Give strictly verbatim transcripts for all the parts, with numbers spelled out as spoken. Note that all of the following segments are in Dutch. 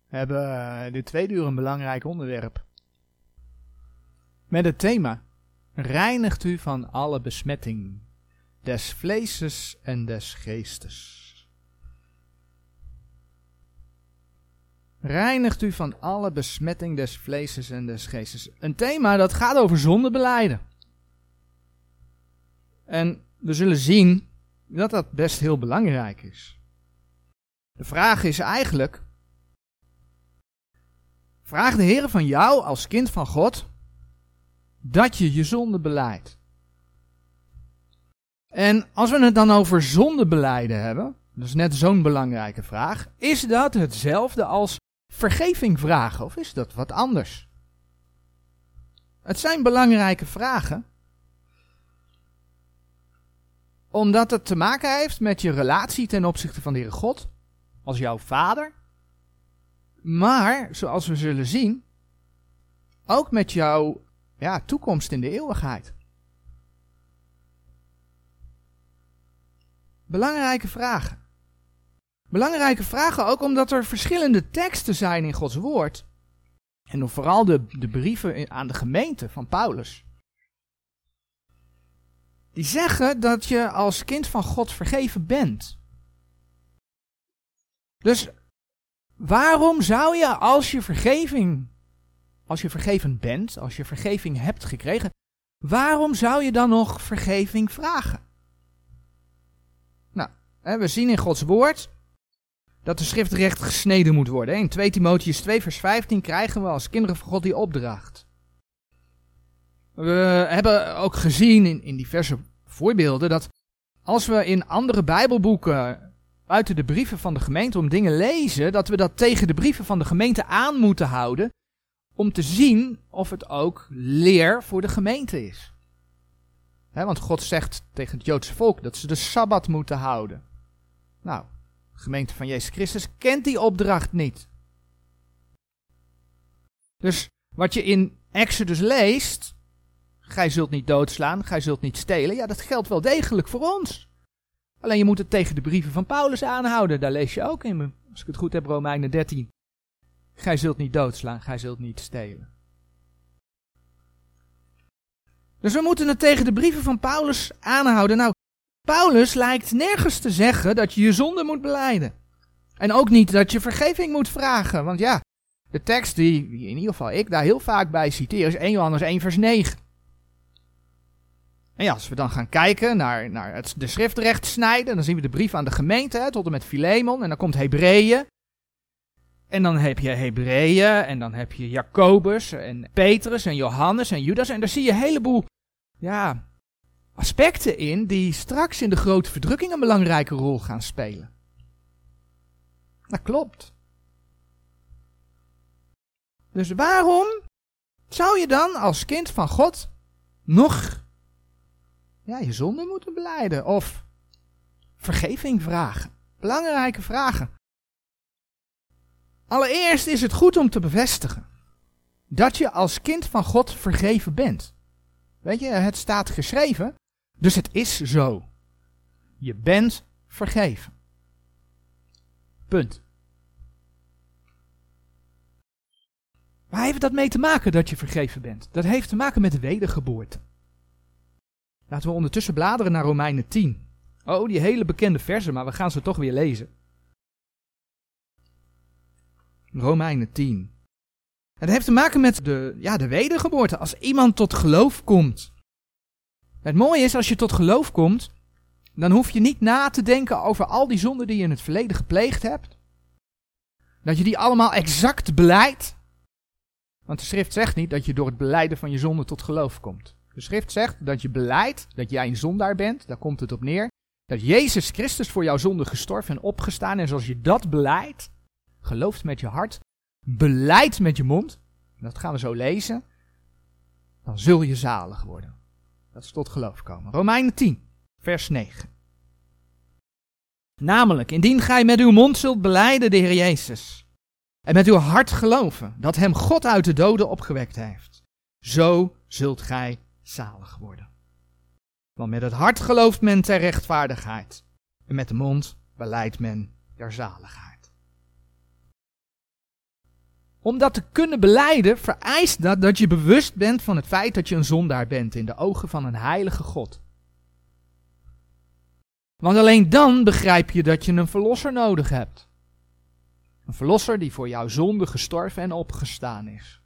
hebben dit tweede uur een belangrijk onderwerp. Met het thema: reinigt u van alle besmetting, des vleeses en des geestes. Reinigt u van alle besmetting des vleeses en des geestes. Een thema dat gaat over zondebelijden. En we zullen zien dat dat best heel belangrijk is. De vraag is eigenlijk: vraag de Heer van jou als kind van God dat je je zonde belijdt. En als we het dan over zondebelijden hebben, dat is net zo'n belangrijke vraag, is dat hetzelfde als vergeving vragen of is dat wat anders? Het zijn belangrijke vragen, omdat het te maken heeft met je relatie ten opzichte van de Heere God, als jouw vader, maar, zoals we zullen zien, ook met jouw ja, toekomst in de eeuwigheid. Belangrijke vragen. Belangrijke vragen ook omdat er verschillende teksten zijn in Gods woord. En dan vooral de, de brieven aan de gemeente van Paulus. Die zeggen dat je als kind van God vergeven bent. Dus waarom zou je als je vergeving, als je vergeven bent, als je vergeving hebt gekregen, waarom zou je dan nog vergeving vragen? Nou, we zien in Gods woord dat de schrift recht gesneden moet worden. In twee Timotheüs twee vers vijftien krijgen we als kinderen van God die opdracht. We hebben ook gezien in, in diverse voorbeelden dat als we in andere Bijbelboeken buiten de brieven van de gemeente om dingen lezen, dat we dat tegen de brieven van de gemeente aan moeten houden om te zien of het ook leer voor de gemeente is. He, want God zegt tegen het Joodse volk dat ze de Sabbat moeten houden. Nou, de gemeente van Jezus Christus kent die opdracht niet. Dus wat je in Exodus leest, gij zult niet doodslaan, gij zult niet stelen, ja, dat geldt wel degelijk voor ons. Alleen je moet het tegen de brieven van Paulus aanhouden, daar lees je ook in, als ik het goed heb, Romeinen dertien. Gij zult niet doodslaan, gij zult niet stelen. Dus we moeten het tegen de brieven van Paulus aanhouden. Nou, Paulus lijkt nergens te zeggen dat je je zonde moet belijden. En ook niet dat je vergeving moet vragen. Want ja, de tekst die in ieder geval ik daar heel vaak bij citeer is Eerste Johannes één vers negen. En ja, als we dan gaan kijken naar, naar het, de schriftrecht snijden, dan zien we de brief aan de gemeente hè, tot en met Filemon. En dan komt Hebreeën. En dan heb je Hebreeën en dan heb je Jacobus en Petrus en Johannes en Judas. En daar zie je een heleboel ja, aspecten in die straks in de grote verdrukking een belangrijke rol gaan spelen. Dat klopt. Dus waarom zou je dan als kind van God nog ja, je zonde moeten belijden of vergeving vragen? Belangrijke vragen. Allereerst is het goed om te bevestigen dat je als kind van God vergeven bent. Weet je, het staat geschreven, dus het is zo. Je bent vergeven. Punt. Waar heeft dat mee te maken dat je vergeven bent? Dat heeft te maken met de wedergeboorte. Laten we ondertussen bladeren naar Romeinen tien. Oh, die hele bekende versen, maar we gaan ze toch weer lezen. Romeinen tien. Het heeft te maken met de, ja, de wedergeboorte. Als iemand tot geloof komt. Het mooie is, als je tot geloof komt, dan hoef je niet na te denken over al die zonden die je in het verleden gepleegd hebt. Dat je die allemaal exact belijdt. Want de schrift zegt niet dat je door het belijden van je zonde tot geloof komt. De schrift zegt dat je belijdt dat jij een zondaar bent, daar komt het op neer. Dat Jezus Christus voor jouw zonde gestorven en opgestaan. En zoals je dat belijdt, gelooft met je hart, belijdt met je mond, dat gaan we zo lezen, dan zul je zalig worden. Dat is tot geloof komen. Romeinen tien, vers negen. Namelijk, indien gij met uw mond zult belijden de Heer Jezus, en met uw hart geloven dat hem God uit de doden opgewekt heeft, zo zult gij zalig worden. Want met het hart gelooft men ter rechtvaardigheid, en met de mond belijdt men der zaligheid. Om dat te kunnen belijden vereist dat dat je bewust bent van het feit dat je een zondaar bent in de ogen van een heilige God. Want alleen dan begrijp je dat je een verlosser nodig hebt. Een verlosser die voor jouw zonde gestorven en opgestaan is.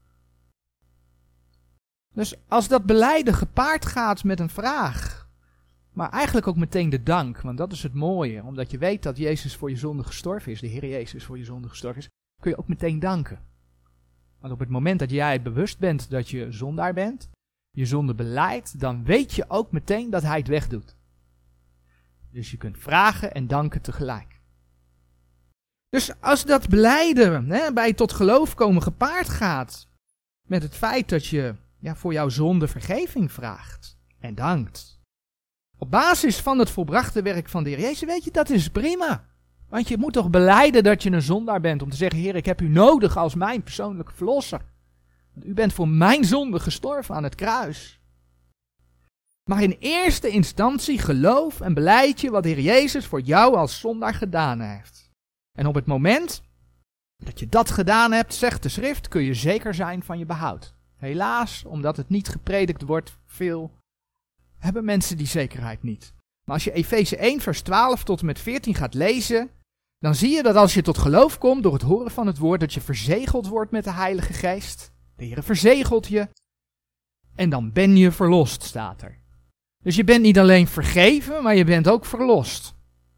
Dus als dat belijden gepaard gaat met een vraag, maar eigenlijk ook meteen de dank, want dat is het mooie, omdat je weet dat Jezus voor je zonde gestorven is, de Heer Jezus voor je zonde gestorven is, kun je ook meteen danken. Want op het moment dat jij bewust bent dat je zondaar bent, je zonde belijdt, dan weet je ook meteen dat Hij het wegdoet. Dus je kunt vragen en danken tegelijk. Dus als dat belijden hè, bij tot geloof komen gepaard gaat met het feit dat je ja, voor jouw zonde vergeving vraagt en dankt, op basis van het volbrachte werk van de Heer Jezus, weet je, dat is prima. Want je moet toch belijden dat je een zondaar bent om te zeggen, Heer, ik heb u nodig als mijn persoonlijke verlosser. Want u bent voor mijn zonde gestorven aan het kruis. Maar in eerste instantie geloof en belijd je wat de Heer Jezus voor jou als zondaar gedaan heeft. En op het moment dat je dat gedaan hebt, zegt de schrift, kun je zeker zijn van je behoud. Helaas, omdat het niet gepredikt wordt, veel hebben mensen die zekerheid niet. Maar als je Efeze één vers twaalf tot en met veertien gaat lezen, dan zie je dat als je tot geloof komt door het horen van het woord, dat je verzegeld wordt met de Heilige Geest. De Heer verzegelt je en dan ben je verlost, staat er. Dus je bent niet alleen vergeven, maar je bent ook verlost.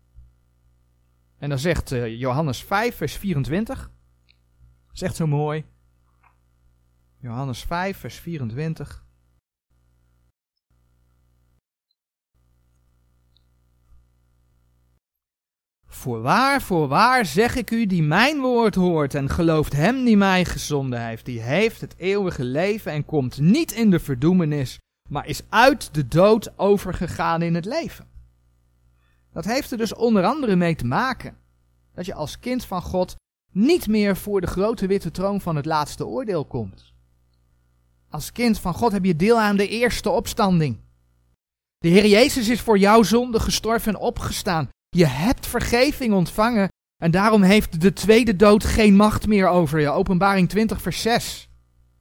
En dan zegt uh, Johannes vijf vers vierentwintig, zegt zo mooi, Johannes vijf vers vierentwintig. Voorwaar, voorwaar zeg ik u die mijn woord hoort en gelooft hem die mij gezonden heeft. Die heeft het eeuwige leven en komt niet in de verdoemenis, maar is uit de dood overgegaan in het leven. Dat heeft er dus onder andere mee te maken dat je als kind van God niet meer voor de grote witte troon van het laatste oordeel komt. Als kind van God heb je deel aan de eerste opstanding. De Heer Jezus is voor jouw zonde gestorven en opgestaan. Je hebt vergeving ontvangen en daarom heeft de tweede dood geen macht meer over je. Openbaring twintig vers zes.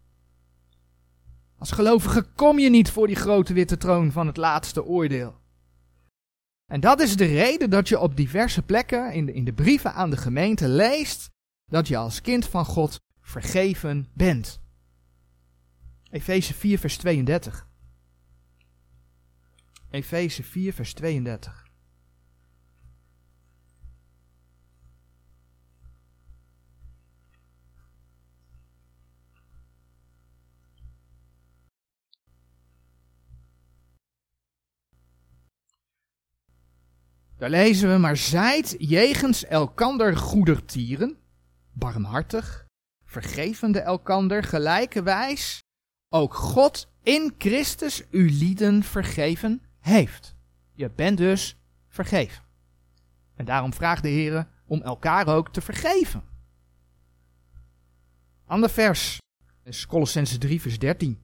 Als gelovige kom je niet voor die grote witte troon van het laatste oordeel. En dat is de reden dat je op diverse plekken in de, in de brieven aan de gemeente leest dat je als kind van God vergeven bent. Efeze vier vers tweeëndertig. Efeze vier vers tweeëndertig. Daar lezen we, maar zijt jegens elkander goedertieren, barmhartig, vergevende elkander gelijkerwijs, ook God in Christus u lieden vergeven heeft. Je bent dus vergeven. En daarom vraagt de Heer om elkaar ook te vergeven. Ander vers is Kolossenzen drie vers dertien.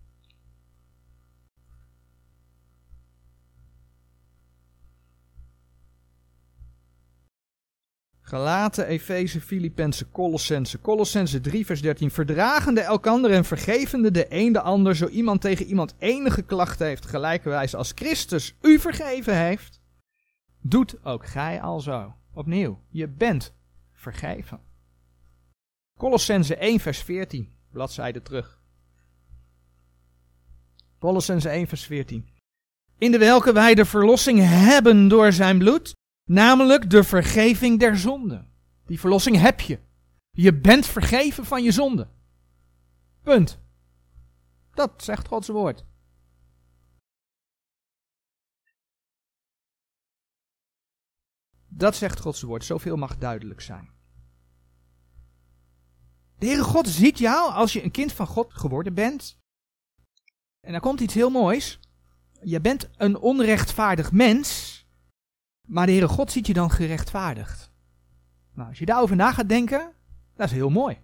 Galaten, Efeze, Filippenzen, Kolossenzen. Kolossenzen drie vers dertien. Verdragende elkander en vergevende de een de ander, zo iemand tegen iemand enige klacht heeft, gelijkerwijs als Christus u vergeven heeft, doet ook gij alzo. Opnieuw, je bent vergeven. Kolossenzen één vers veertien, bladzijde terug. Kolossenzen één vers veertien. In de welke wij de verlossing hebben door zijn bloed, namelijk de vergeving der zonden. Die verlossing heb je. Je bent vergeven van je zonde. Punt. Dat zegt Gods woord. Dat zegt Gods woord. Zoveel mag duidelijk zijn. De Heere God ziet jou als je een kind van God geworden bent. En dan komt iets heel moois. Je bent een onrechtvaardig mens. Maar de Heere God ziet je dan gerechtvaardigd. Nou, als je daarover na gaat denken, dat is heel mooi.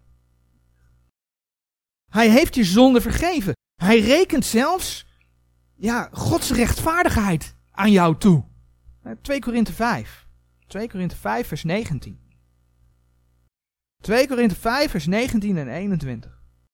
Hij heeft je zonde vergeven. Hij rekent zelfs, ja, Gods rechtvaardigheid aan jou toe. twee Korinthe vijf. twee Korinthe vijf vers negentien. twee Korinthe vijf, vers negentien en eenentwintig.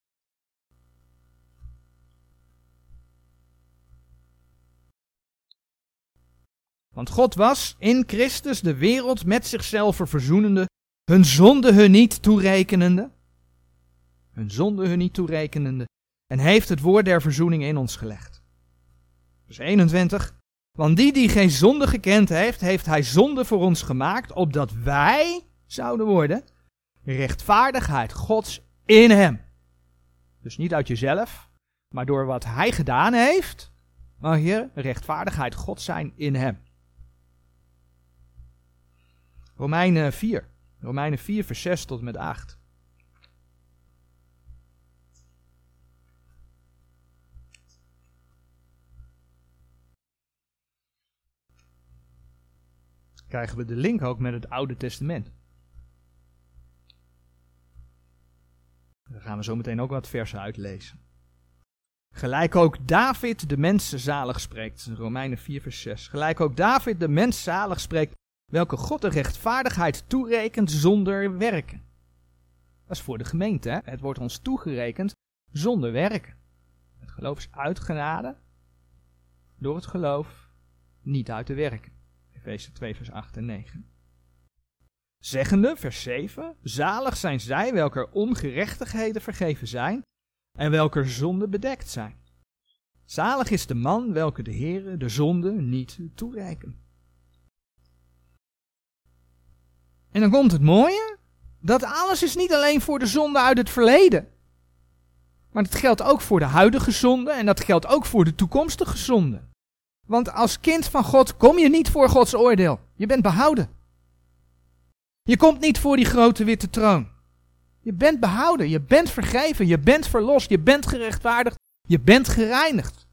Want God was in Christus de wereld met zichzelf verzoenende, hun zonde hun niet toerekenende, hun zonde hun niet toerekenende, en heeft het woord der verzoening in ons gelegd. Vers eenentwintig. Want die die geen zonde gekend heeft, heeft hij zonde voor ons gemaakt, opdat wij zouden worden rechtvaardigheid Gods in hem. Dus niet uit jezelf, maar door wat hij gedaan heeft, mag je rechtvaardigheid Gods zijn in hem. Romeinen vier. Romeinen vier, vers zes tot met acht. Krijgen we de link ook met het Oude Testament. Daar gaan we zo meteen ook wat versen uitlezen. Gelijk ook David de mens zalig spreekt. Romeinen vier, vers zes. Gelijk ook David de mens zalig spreekt, welke God de rechtvaardigheid toerekent zonder werken. Dat is voor de gemeente, hè? Het wordt ons toegerekend zonder werken. Het geloof is uit genade, door het geloof, niet uit de werken. Efeze twee, vers acht en negen. Zeggende, vers zeven, zalig zijn zij welker ongerechtigheden vergeven zijn en welker zonden bedekt zijn. Zalig is de man welke de Heere de zonde niet toereiken. En dan komt het mooie, dat alles is niet alleen voor de zonde uit het verleden. Maar dat geldt ook voor de huidige zonde en dat geldt ook voor de toekomstige zonde. Want als kind van God kom je niet voor Gods oordeel. Je bent behouden. Je komt niet voor die grote witte troon. Je bent behouden, je bent vergeven, je bent verlost, je bent gerechtvaardigd, je bent gereinigd.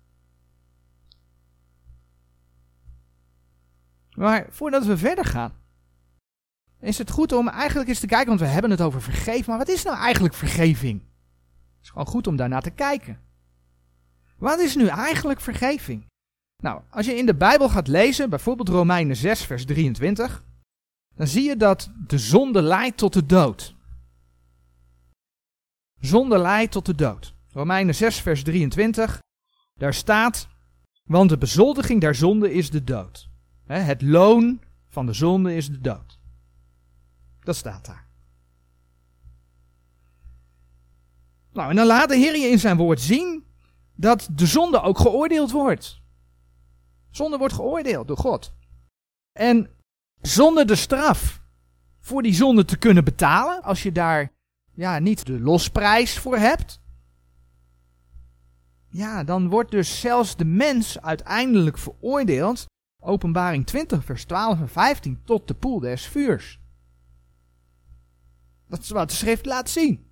Maar voordat we verder gaan, is het goed om eigenlijk eens te kijken, want we hebben het over vergeven, maar wat is nou eigenlijk vergeving? Het is gewoon goed om daarnaar te kijken. Wat is nu eigenlijk vergeving? Nou, als je in de Bijbel gaat lezen, bijvoorbeeld Romeinen zes, vers drieëntwintig, dan zie je dat de zonde leidt tot de dood. Zonde leidt tot de dood. Romeinen zes, vers drieëntwintig, daar staat, want de bezoldiging der zonde is de dood. Het loon van de zonde is de dood. Dat staat daar. Nou, en dan laat de Heer je in zijn woord zien dat de zonde ook geoordeeld wordt. Zonde wordt geoordeeld door God. En zonder de straf voor die zonde te kunnen betalen, als je daar ja, niet de losprijs voor hebt, ja, dan wordt dus zelfs de mens uiteindelijk veroordeeld, Openbaring twintig, vers twaalf en vijftien, tot de poel des vuurs. Dat is wat de schrift laat zien.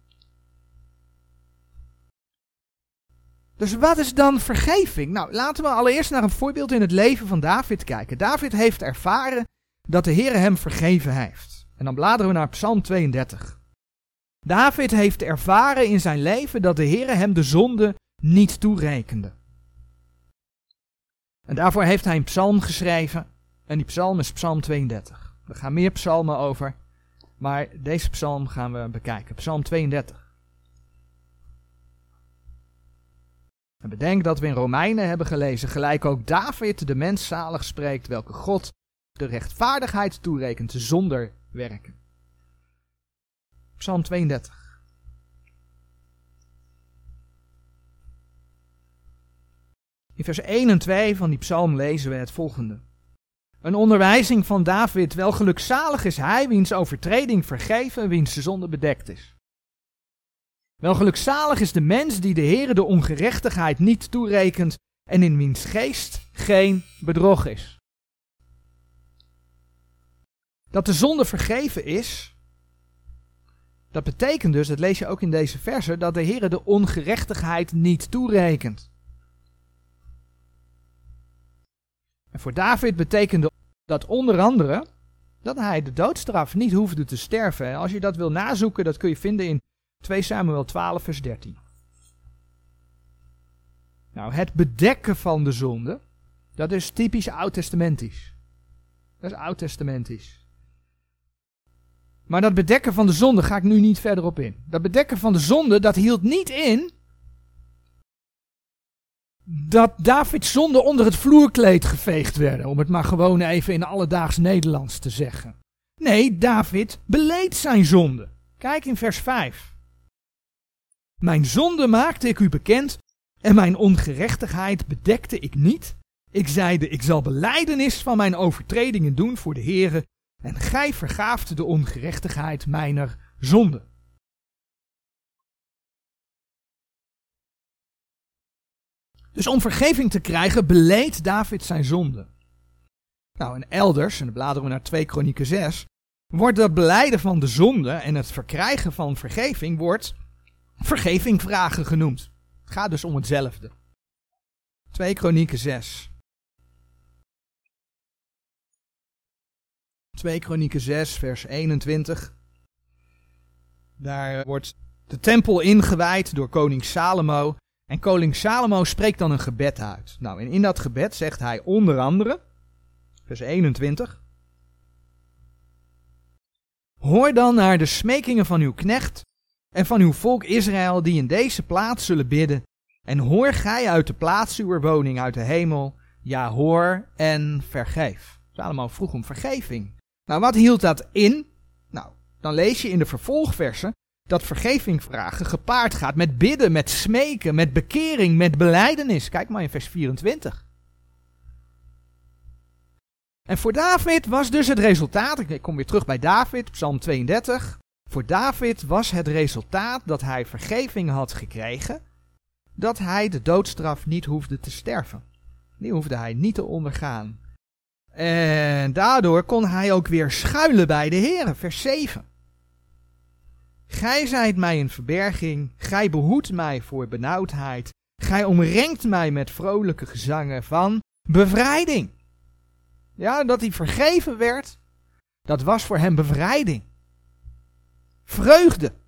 Dus wat is dan vergeving? Nou, laten we allereerst naar een voorbeeld in het leven van David kijken. David heeft ervaren dat de Heer hem vergeven heeft. En dan bladeren we naar Psalm tweeëndertig. David heeft ervaren in zijn leven dat de Heer hem de zonde niet toerekende. En daarvoor heeft hij een psalm geschreven. En die psalm is Psalm tweeëndertig. Er gaan meer psalmen over. Maar deze psalm gaan we bekijken. Psalm tweeëndertig. En bedenk dat we in Romeinen hebben gelezen, gelijk ook David de mens zalig spreekt, welke God de rechtvaardigheid toerekent zonder werken. Psalm tweeëndertig. In vers één en twee van die psalm lezen we het volgende. Een onderwijzing van David, wel gelukzalig is hij, wiens overtreding vergeven, wiens zonde bedekt is. Wel gelukzalig is de mens die de Heere de ongerechtigheid niet toerekent en in wiens geest geen bedrog is. Dat de zonde vergeven is, dat betekent dus, dat lees je ook in deze verse, dat de Heere de ongerechtigheid niet toerekent. En voor David betekende dat onder andere dat hij de doodstraf niet hoefde te sterven. En als je dat wil nazoeken, dat kun je vinden in twee Samuel twaalf, vers dertien. Nou, het bedekken van de zonde, dat is typisch oud-testamentisch. Dat is oud-testamentisch. Maar dat bedekken van de zonde ga ik nu niet verder op in. Dat bedekken van de zonde, dat hield niet in dat Davids zonden onder het vloerkleed geveegd werden. Om het maar gewoon even in alledaags Nederlands te zeggen. Nee, David beleed zijn zonde. Kijk in vers vijf. Mijn zonde maakte ik u bekend en mijn ongerechtigheid bedekte ik niet. Ik zeide, ik zal belijdenis van mijn overtredingen doen voor de Heere en gij vergaaft de ongerechtigheid mijner zonde. Dus om vergeving te krijgen beleed David zijn zonde. Nou, en elders, en dan bladeren we naar twee Kronieken zes, wordt dat belijden van de zonde en het verkrijgen van vergeving wordt vergeving vragen genoemd. Het gaat dus om hetzelfde. twee Kronieken zes. twee Kronieken zes, vers eenentwintig. Daar wordt de tempel ingewijd door koning Salomo. En koning Salomo spreekt dan een gebed uit. Nou, en in dat gebed zegt hij onder andere, vers eenentwintig. Hoor dan naar de smekingen van uw knecht en van uw volk Israël die in deze plaats zullen bidden. En hoor gij uit de plaats uw woning uit de hemel. Ja, hoor en vergeef. Salomo vroeg om vergeving. Nou, wat hield dat in? Nou, dan lees je in de vervolgversen dat vergeving vragen gepaard gaat met bidden, met smeken, met bekering, met belijdenis. Kijk maar in vers vierentwintig. En voor David was dus het resultaat, ik kom weer terug bij David, Psalm tweeëndertig. Voor David was het resultaat dat hij vergeving had gekregen, dat hij de doodstraf niet hoefde te sterven. Die hoefde hij niet te ondergaan. En daardoor kon hij ook weer schuilen bij de Heere, vers zeven. Gij zijt mij in verberging, gij behoedt mij voor benauwdheid, gij omringt mij met vrolijke gezangen van bevrijding. Ja, dat hij vergeven werd, dat was voor hem bevrijding. Vreugde.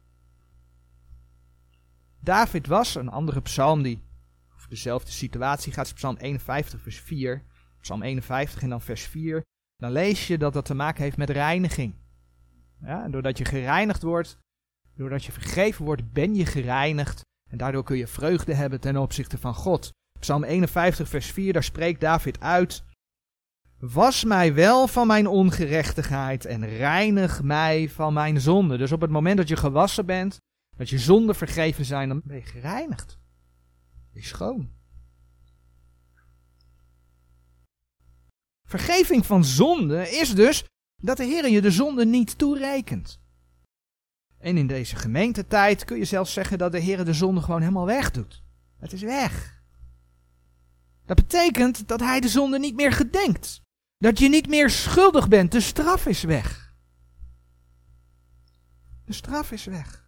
David was, een andere psalm die over dezelfde situatie gaat, psalm eenenvijftig vers vier. Psalm eenenvijftig en dan vers vier. Dan lees je dat dat te maken heeft met reiniging. Ja, en doordat je gereinigd wordt, doordat je vergeven wordt, ben je gereinigd. En daardoor kun je vreugde hebben ten opzichte van God. Psalm eenenvijftig vers vier, daar spreekt David uit. Was mij wel van mijn ongerechtigheid en reinig mij van mijn zonde. Dus op het moment dat je gewassen bent, dat je zonden vergeven zijn, dan ben je gereinigd. Ben je schoon. Vergeving van zonde is dus dat de Heer je de zonde niet toerekent. En in deze gemeentetijd kun je zelfs zeggen dat de Heer de zonde gewoon helemaal wegdoet. Het is weg. Dat betekent dat hij de zonde niet meer gedenkt. Dat je niet meer schuldig bent. De straf is weg. De straf is weg.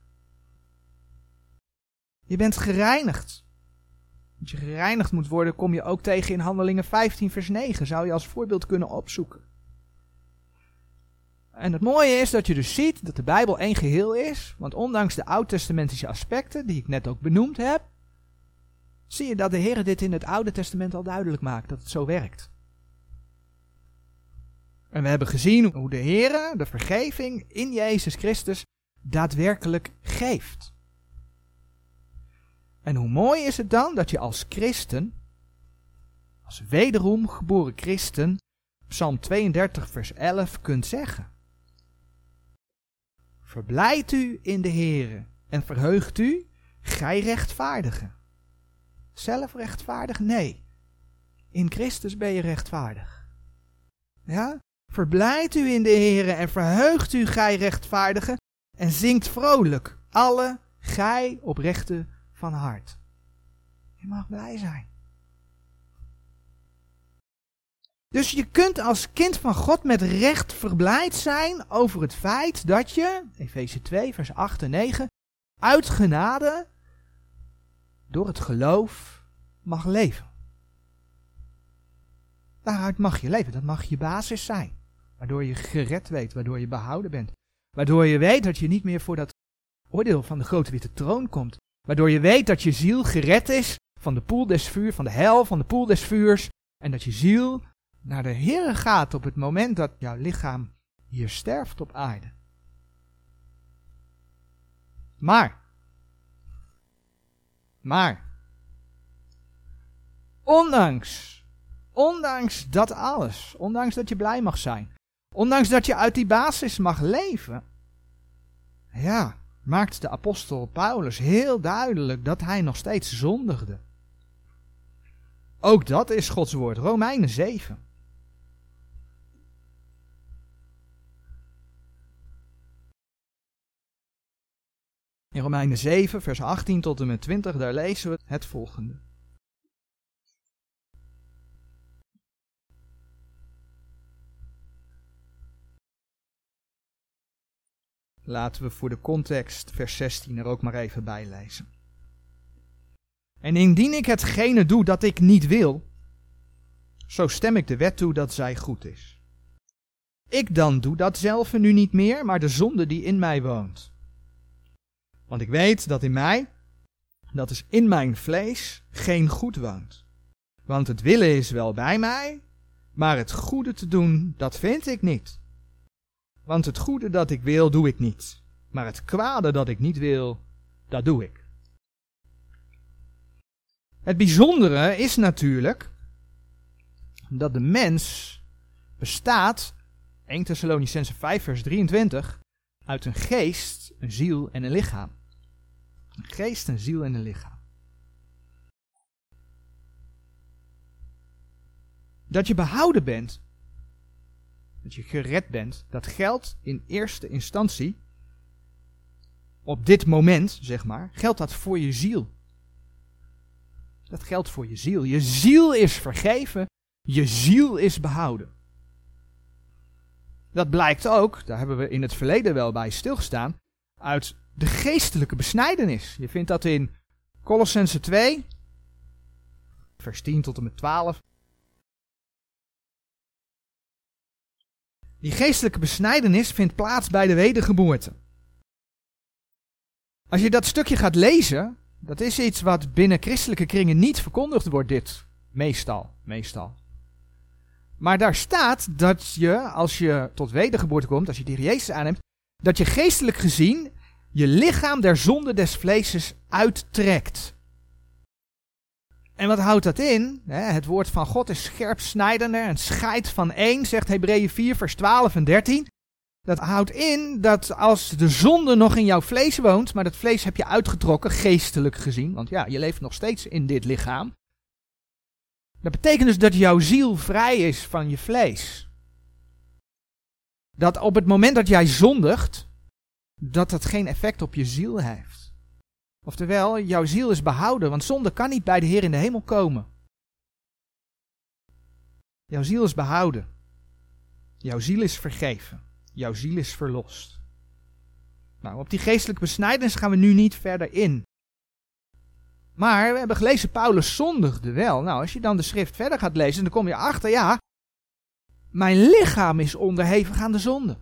Je bent gereinigd. Dat je gereinigd moet worden kom je ook tegen in Handelingen vijftien vers negen. Zou je als voorbeeld kunnen opzoeken. En het mooie is dat je dus ziet dat de Bijbel één geheel is. Want ondanks de oud-testamentische aspecten die ik net ook benoemd heb, zie je dat de Heer dit in het Oude Testament al duidelijk maakt. Dat het zo werkt. En we hebben gezien hoe de Heer de vergeving in Jezus Christus daadwerkelijk geeft. En hoe mooi is het dan dat je als christen, als wederom geboren christen, Psalm tweeëndertig vers elf kunt zeggen. Verblijdt u in de Heere en verheugt u, gij rechtvaardige. Zelf rechtvaardig? Nee. In Christus ben je rechtvaardig. Ja? Verblijdt u in de Heere en verheugt u, gij rechtvaardige, en zingt vrolijk, alle gij oprechte van hart. Je mag blij zijn. Dus je kunt als kind van God met recht verblijd zijn over het feit dat je, Efeze twee vers acht en negen, uit genade door het geloof mag leven. Daaruit mag je leven, dat mag je basis zijn. Waardoor je gered weet, waardoor je behouden bent. Waardoor je weet dat je niet meer voor dat oordeel van de grote witte troon komt. Waardoor je weet dat je ziel gered is van de poel des vuurs, van de hel, van de poel des vuurs. En dat je ziel naar de Heere gaat op het moment dat jouw lichaam hier sterft op aarde. Maar, maar, ondanks, ondanks dat alles, ondanks dat je blij mag zijn, ondanks dat je uit die basis mag leven, ja, maakt de apostel Paulus heel duidelijk dat hij nog steeds zondigde. Ook dat is Gods woord, Romeinen zeven. In Romeinen zeven, vers achttien tot en met twintig, daar lezen we het volgende. Laten we voor de context vers zestien er ook maar even bij lezen. En indien ik hetgene doe dat ik niet wil, zo stem ik de wet toe dat zij goed is. Ik dan doe dat zelf nu niet meer, maar de zonde die in mij woont. Want ik weet dat in mij, dat is in mijn vlees, geen goed woont. Want het willen is wel bij mij, maar het goede te doen, dat vind ik niet. Want het goede dat ik wil, doe ik niet. Maar het kwade dat ik niet wil, dat doe ik. Het bijzondere is natuurlijk dat de mens bestaat, eerste Thessalonicenzen vijf vers drieëntwintig, uit een geest, een ziel en een lichaam. Een geest, een ziel en een lichaam. Dat je behouden bent, dat je gered bent, dat geldt in eerste instantie, op dit moment, zeg maar, geldt dat voor je ziel. Dat geldt voor je ziel. Je ziel is vergeven, je ziel is behouden. Dat blijkt ook, daar hebben we in het verleden wel bij stilgestaan, uit de geestelijke besnijdenis. Je vindt dat in Kolossenzen twee, vers tien tot en met twaalf. Die geestelijke besnijdenis vindt plaats bij de wedergeboorte. Als je dat stukje gaat lezen, dat is iets wat binnen christelijke kringen niet verkondigd wordt, dit. Meestal, meestal. Maar daar staat dat je, als je tot wedergeboorte komt, als je de Heer Jezus aanneemt, dat je geestelijk gezien je lichaam der zonde des vleeses uittrekt. En wat houdt dat in? Het woord van God is scherpsnijdender en scheidt van één, zegt Hebreeën vier, vers twaalf en dertien. Dat houdt in dat als de zonde nog in jouw vlees woont, maar dat vlees heb je uitgetrokken, geestelijk gezien, want ja, je leeft nog steeds in dit lichaam. Dat betekent dus dat jouw ziel vrij is van je vlees. Dat op het moment dat jij zondigt, dat dat geen effect op je ziel heeft. Oftewel, jouw ziel is behouden, want zonde kan niet bij de Heer in de hemel komen. Jouw ziel is behouden. Jouw ziel is vergeven. Jouw ziel is verlost. Nou, op die geestelijke besnijdenis gaan we nu niet verder in. Maar we hebben gelezen, Paulus zondigde wel. Nou, als je dan de schrift verder gaat lezen, dan kom je achter, ja, mijn lichaam is onderhevig aan de zonde.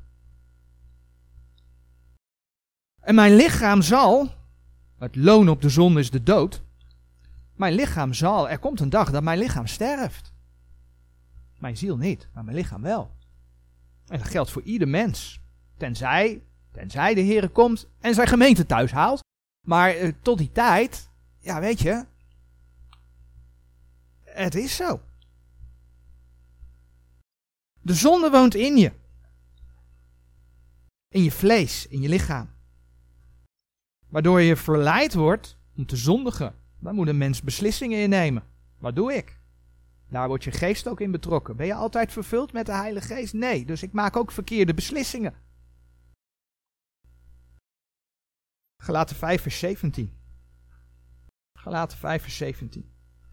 En mijn lichaam zal, het loon op de zonde is de dood, mijn lichaam zal, er komt een dag dat mijn lichaam sterft. Mijn ziel niet, maar mijn lichaam wel. En dat geldt voor ieder mens. Tenzij, tenzij de Heere komt en zijn gemeente thuis haalt. Maar eh, tot die tijd, ja weet je, het is zo. De zonde woont in je. In je vlees, in je lichaam. Waardoor je verleid wordt om te zondigen. Daar moet een mens beslissingen in nemen. Wat doe ik? Daar wordt je geest ook in betrokken. Ben je altijd vervuld met de Heilige Geest? Nee, dus ik maak ook verkeerde beslissingen. Galaten vijf vers zeventien. Galaten vijf vers zeventien.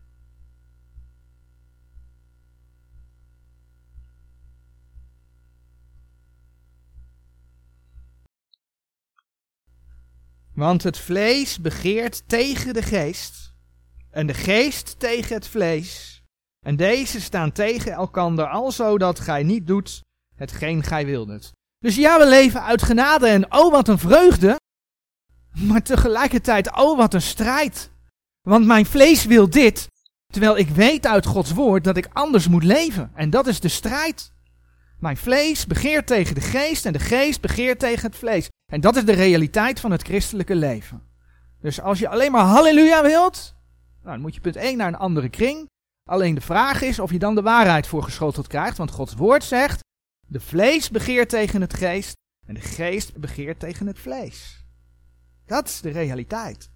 Want het vlees begeert tegen de geest en de geest tegen het vlees. En deze staan tegen elkander, alzo dat gij niet doet hetgeen gij wildet. Dus ja, we leven uit genade en oh wat een vreugde. Maar tegelijkertijd, oh wat een strijd. Want mijn vlees wil dit, terwijl ik weet uit Gods woord dat ik anders moet leven. En dat is de strijd. Mijn vlees begeert tegen de geest en de geest begeert tegen het vlees. En dat is de realiteit van het christelijke leven. Dus als je alleen maar halleluja wilt, nou, dan moet je punt één naar een andere kring. Alleen de vraag is of je dan de waarheid voorgeschoteld krijgt, want Gods woord zegt, de vlees begeert tegen het geest en de geest begeert tegen het vlees. Dat is de realiteit.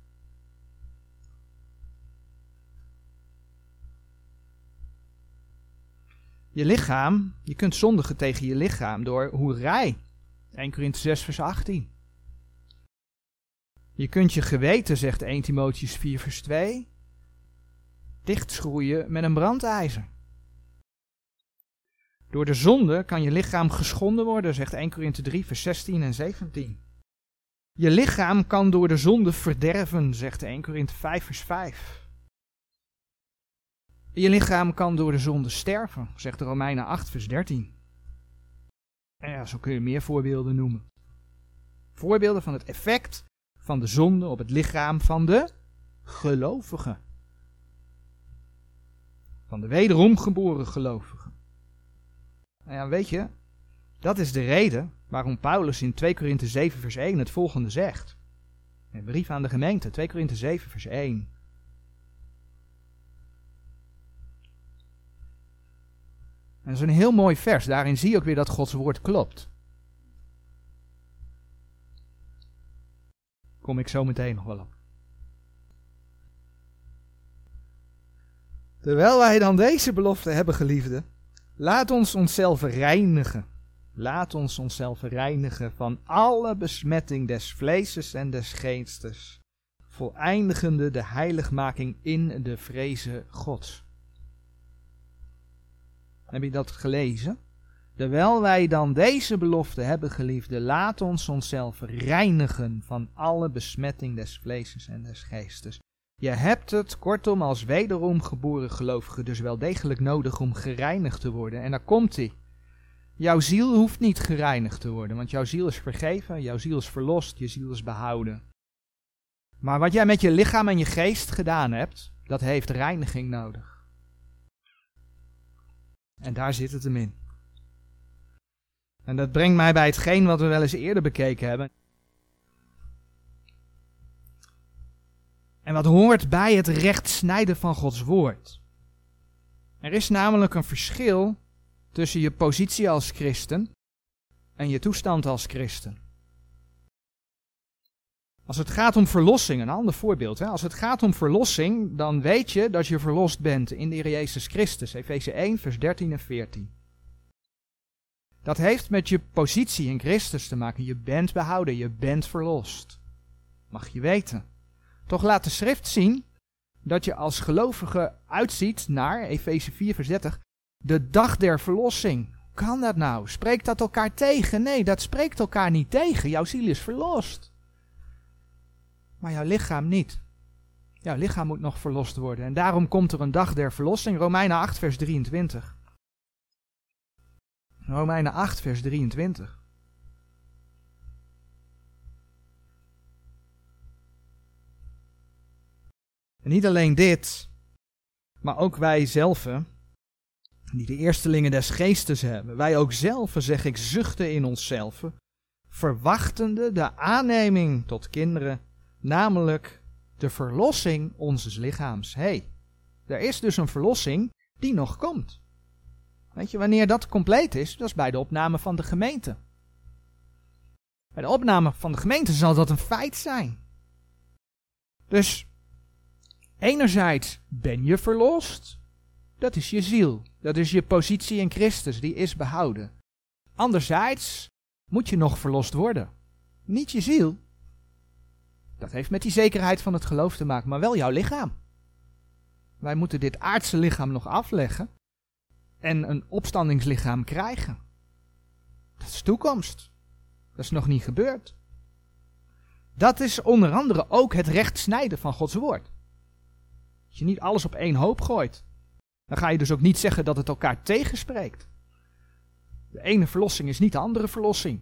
Je lichaam, je kunt zondigen tegen je lichaam door hoerij. Eerste Korinthe zes vers achttien. Je kunt je geweten, zegt Eerste Timotheüs vier vers twee, dichtschroeien met een brandijzer. Door de zonde kan je lichaam geschonden worden, zegt Eerste Korinthe drie vers zestien en zeventien. Je lichaam kan door de zonde verderven, zegt Eerste Korinthe vijf vers vijf. Je lichaam kan door de zonde sterven, zegt de Romeinen acht vers dertien. En ja, zo kun je meer voorbeelden noemen. Voorbeelden van het effect van de zonde op het lichaam van de gelovigen. Van de wederom geboren gelovigen. Nou ja, weet je, dat is de reden waarom Paulus in Tweede Korinthe zeven vers één het volgende zegt. Een brief aan de gemeente, Tweede Korinthe zeven vers één. En dat is een heel mooi vers, daarin zie je ook weer dat Gods woord klopt. Kom ik zo meteen nog wel op. Terwijl wij dan deze belofte hebben, geliefden, laat ons onszelf reinigen. Laat ons onszelf reinigen van alle besmetting des vleeses en des geestes, voleindigende de heiligmaking in de vreze Gods. Heb je dat gelezen? Terwijl wij dan deze belofte hebben, geliefden, laat ons onszelf reinigen van alle besmetting des vleeses en des geestes. Je hebt het, kortom, als wederom geboren gelovige dus wel degelijk nodig om gereinigd te worden. En daar komt hij. Jouw ziel hoeft niet gereinigd te worden, want jouw ziel is vergeven, jouw ziel is verlost, je ziel is behouden. Maar wat jij met je lichaam en je geest gedaan hebt, dat heeft reiniging nodig. En daar zit het hem in. En dat brengt mij bij hetgeen wat we wel eens eerder bekeken hebben. En wat hoort bij het recht snijden van Gods woord. Er is namelijk een verschil tussen je positie als christen en je toestand als christen. Als het gaat om verlossing, een ander voorbeeld. Hè? Als het gaat om verlossing, dan weet je dat je verlost bent in de Heer Jezus Christus. Efeze één vers dertien en veertien. Dat heeft met je positie in Christus te maken. Je bent behouden, je bent verlost. Mag je weten. Toch laat de schrift zien dat je als gelovige uitziet naar, Efeze vier vers dertig, de dag der verlossing. Hoe kan dat nou? Spreekt dat elkaar tegen? Nee, dat spreekt elkaar niet tegen. Jouw ziel is verlost. Maar jouw lichaam niet. Jouw lichaam moet nog verlost worden. En daarom komt er een dag der verlossing. Romeinen acht vers drieëntwintig. Romeinen acht vers drieëntwintig. En niet alleen dit, maar ook wij zelfen, die de eerstelingen des geestes hebben. Wij ook zelfen, zeg ik, zuchten in onszelf, verwachtende de aanneming tot kinderen, namelijk de verlossing onzes lichaams. Hé, hey, er is dus een verlossing die nog komt. Weet je, wanneer dat compleet is, dat is bij de opname van de gemeente. Bij de opname van de gemeente zal dat een feit zijn. Dus, enerzijds ben je verlost, dat is je ziel, dat is je positie in Christus, die is behouden. Anderzijds moet je nog verlost worden. Niet je ziel. Dat heeft met die zekerheid van het geloof te maken, maar wel jouw lichaam. Wij moeten dit aardse lichaam nog afleggen en een opstandingslichaam krijgen. Dat is toekomst. Dat is nog niet gebeurd. Dat is onder andere ook het recht snijden van Gods woord. Dat je niet alles op één hoop gooit. Dan ga je dus ook niet zeggen dat het elkaar tegenspreekt. De ene verlossing is niet de andere verlossing.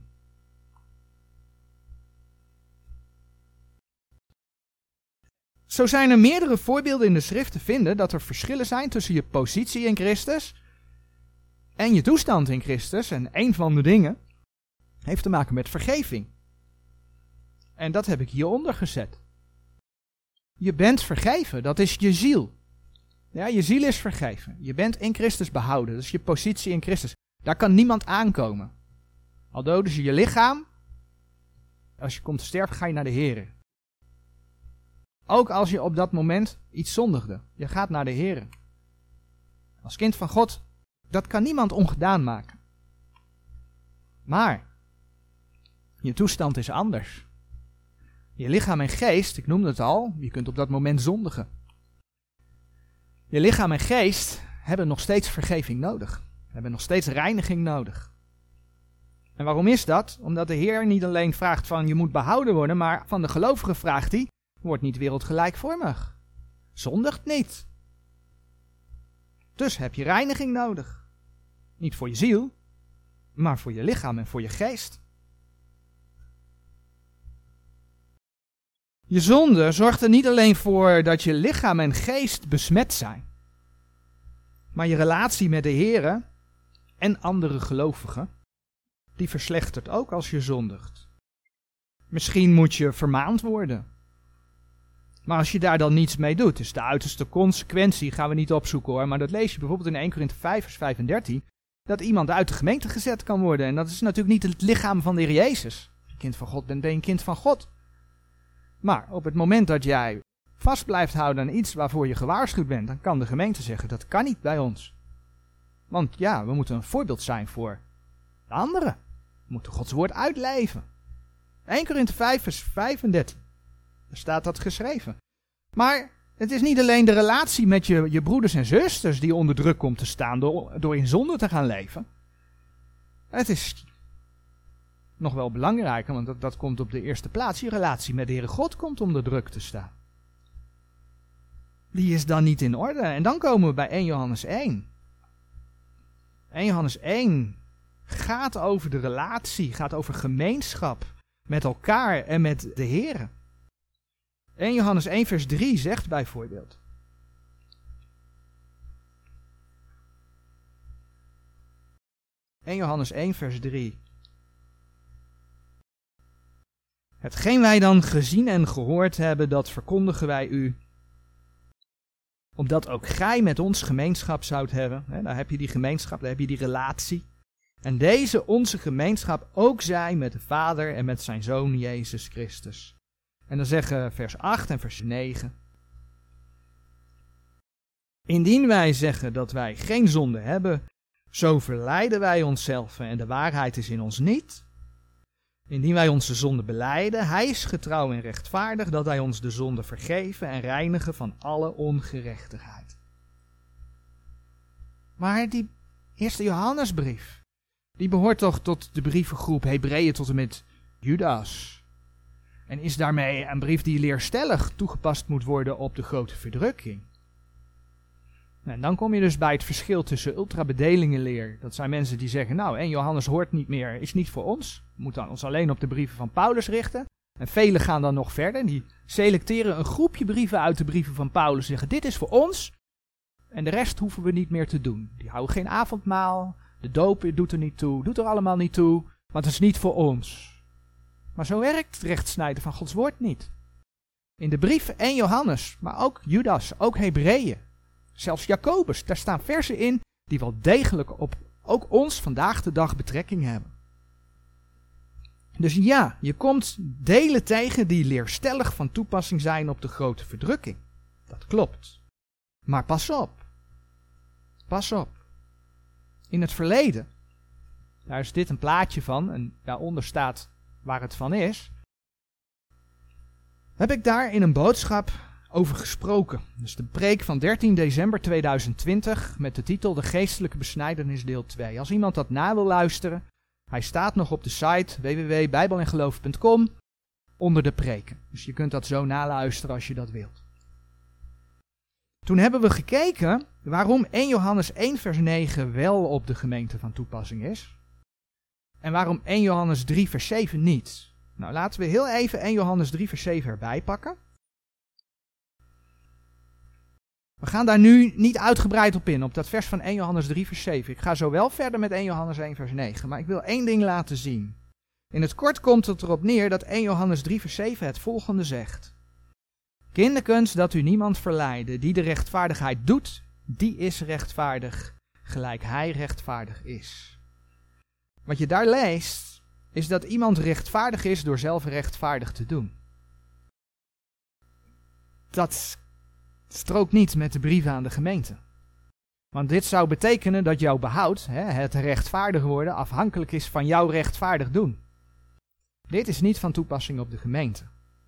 Zo zijn er meerdere voorbeelden in de schrift te vinden dat er verschillen zijn tussen je positie in Christus en je toestand in Christus. En een van de dingen heeft te maken met vergeving. En dat heb ik hieronder gezet. Je bent vergeven, dat is je ziel. Ja, je ziel is vergeven. Je bent in Christus behouden, dat is je positie in Christus. Daar kan niemand aankomen. Al doden ze je lichaam, als je komt te sterven ga je naar de Here. Ook als je op dat moment iets zondigde, je gaat naar de Here. Als kind van God, dat kan niemand ongedaan maken. Maar, je toestand is anders. Je lichaam en geest, ik noemde het al, je kunt op dat moment zondigen. Je lichaam en geest hebben nog steeds vergeving nodig. Hebben nog steeds reiniging nodig. En waarom is dat? Omdat de Heer niet alleen vraagt van je moet behouden worden, maar van de gelovige vraagt hij, word niet wereldgelijkvormig. Zondigt niet. Dus heb je reiniging nodig. Niet voor je ziel, maar voor je lichaam en voor je geest. Je zonde zorgt er niet alleen voor dat je lichaam en geest besmet zijn, maar je relatie met de Heere en andere gelovigen, die verslechtert ook als je zondigt. Misschien moet je vermaand worden. Maar als je daar dan niets mee doet, is de uiterste consequentie, gaan we niet opzoeken hoor, maar dat lees je bijvoorbeeld in Eerste Korinthe vijf vers vijfendertien, dat iemand uit de gemeente gezet kan worden. En dat is natuurlijk niet het lichaam van de Heer Jezus. Als je kind van God bent, ben je een kind van God. Maar op het moment dat jij vast blijft houden aan iets waarvoor je gewaarschuwd bent, dan kan de gemeente zeggen, dat kan niet bij ons. Want ja, we moeten een voorbeeld zijn voor de anderen. We moeten Gods woord uitleven. Eerste Korinthe vijf vers vijfendertien. Daar staat dat geschreven. Maar het is niet alleen de relatie met je, je broeders en zusters die onder druk komt te staan door, door in zonde te gaan leven. Het is nog wel belangrijker, want dat, dat komt op de eerste plaats. Je relatie met de Heere God komt onder druk te staan. Die is dan niet in orde. En dan komen we bij Eerste Johannes één. Eerste Johannes één gaat over de relatie, gaat over gemeenschap met elkaar en met de Heere. Eerste Johannes één vers drie zegt bijvoorbeeld: Eerste Johannes één vers drie. Hetgeen wij dan gezien en gehoord hebben, dat verkondigen wij u, opdat ook gij met ons gemeenschap zoudt hebben. He, daar heb je die gemeenschap, daar heb je die relatie. En deze onze gemeenschap ook zij met de Vader en met zijn Zoon Jezus Christus. En dan zeggen vers acht en vers negen. Indien wij zeggen dat wij geen zonde hebben, zo verleiden wij onszelf en de waarheid is in ons niet. Indien wij onze zonde belijden, hij is getrouw en rechtvaardig, dat hij ons de zonde vergeven en reinigen van alle ongerechtigheid. Maar die eerste Johannesbrief, die behoort toch tot de brievengroep Hebreeën tot en met Judas. En is daarmee een brief die leerstellig toegepast moet worden op de grote verdrukking. En dan kom je dus bij het verschil tussen ultrabedelingenleer. Dat zijn mensen die zeggen, nou, en Johannes hoort niet meer, is niet voor ons. We moeten ons alleen op de brieven van Paulus richten. En velen gaan dan nog verder. Die selecteren een groepje brieven uit de brieven van Paulus en zeggen, dit is voor ons. En de rest hoeven we niet meer te doen. Die houden geen avondmaal, de doop doet er niet toe, doet er allemaal niet toe. Want het is niet voor ons. Maar zo werkt het rechtsnijden van Gods woord niet. In de brieven en Johannes, maar ook Judas, ook Hebreeën. Zelfs Jacobus, daar staan versen in die wel degelijk op ook ons vandaag de dag betrekking hebben. Dus ja, je komt delen tegen die leerstellig van toepassing zijn op de grote verdrukking. Dat klopt. Maar pas op. Pas op. In het verleden, daar is dit een plaatje van en daaronder staat waar het van is, heb ik daar in een boodschap over gesproken. Dus de preek van dertien december tweeduizend twintig met de titel De Geestelijke Besnijdenis deel twee. Als iemand dat na wil luisteren, hij staat nog op de site w w w punt bijbel en geloof punt com onder de preken. Dus je kunt dat zo naluisteren als je dat wilt. Toen hebben we gekeken waarom Eerste Johannes één vers negen wel op de gemeente van toepassing is. En waarom Eerste Johannes drie vers zeven niet. Nou, laten we heel even Eerste Johannes drie vers zeven erbij pakken. We gaan daar nu niet uitgebreid op in, op dat vers van eerste Johannes drie vers zeven. Ik ga zo wel verder met eerste Johannes één vers negen, maar ik wil één ding laten zien. In het kort komt het erop neer dat eerste Johannes drie vers zeven het volgende zegt. Kinderkens, dat u niemand verleiden, die de rechtvaardigheid doet, die is rechtvaardig, gelijk hij rechtvaardig is. Wat je daar leest, is dat iemand rechtvaardig is door zelf rechtvaardig te doen. Dat strookt niet met de brieven aan de gemeente. Want dit zou betekenen dat jouw behoud, hè, het rechtvaardig worden, afhankelijk is van jouw rechtvaardig doen. Dit is niet van toepassing op de gemeente.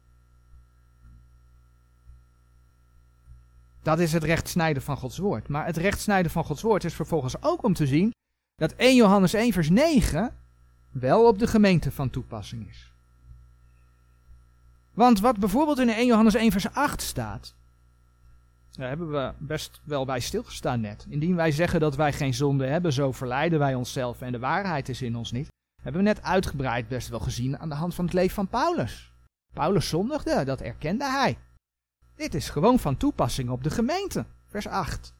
Dat is het rechtsnijden van Gods woord. Maar het rechtsnijden van Gods woord is vervolgens ook om te zien dat eerste Johannes één vers negen wel op de gemeente van toepassing is. Want wat bijvoorbeeld in eerste Johannes één vers acht staat, daar hebben we best wel bij stilgestaan net. Indien wij zeggen dat wij geen zonde hebben, zo verleiden wij onszelf en de waarheid is in ons niet. Hebben we net uitgebreid best wel gezien aan de hand van het leven van Paulus. Paulus zondigde, dat erkende hij. Dit is gewoon van toepassing op de gemeente, vers acht.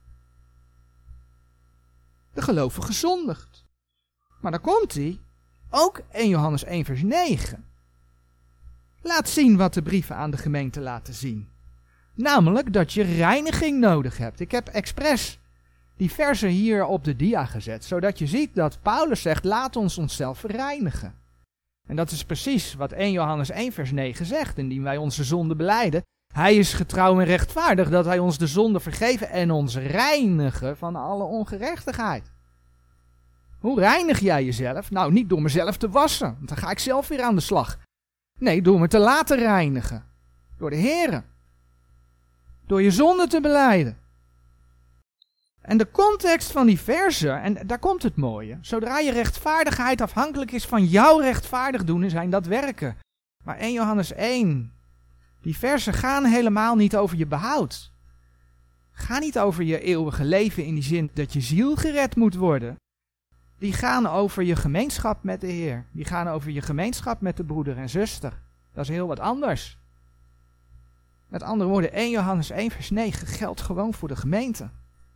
De gelovige zondigt. Maar dan komt hij, ook eerste Johannes één vers negen. Laat zien wat de brieven aan de gemeente laten zien. Namelijk dat je reiniging nodig hebt. Ik heb expres die versen hier op de dia gezet, zodat je ziet dat Paulus zegt, laat ons onszelf reinigen. En dat is precies wat eerste Johannes één vers negen zegt, indien wij onze zonde belijden. Hij is getrouw en rechtvaardig dat hij ons de zonde vergeven en ons reinigen van alle ongerechtigheid. Hoe reinig jij jezelf? Nou, niet door mezelf te wassen, want dan ga ik zelf weer aan de slag. Nee, door me te laten reinigen. Door de Here. Door je zonde te belijden. En de context van die verzen, en daar komt het mooie. Zodra je rechtvaardigheid afhankelijk is van jouw rechtvaardig doen, zijn dat werken. Maar eerste Johannes één, die verzen gaan helemaal niet over je behoud. Gaan niet over je eeuwige leven in die zin dat je ziel gered moet worden. Die gaan over je gemeenschap met de Heer. Die gaan over je gemeenschap met de broeder en zuster. Dat is heel wat anders. Met andere woorden, eerste Johannes één vers negen geldt gewoon voor de gemeente.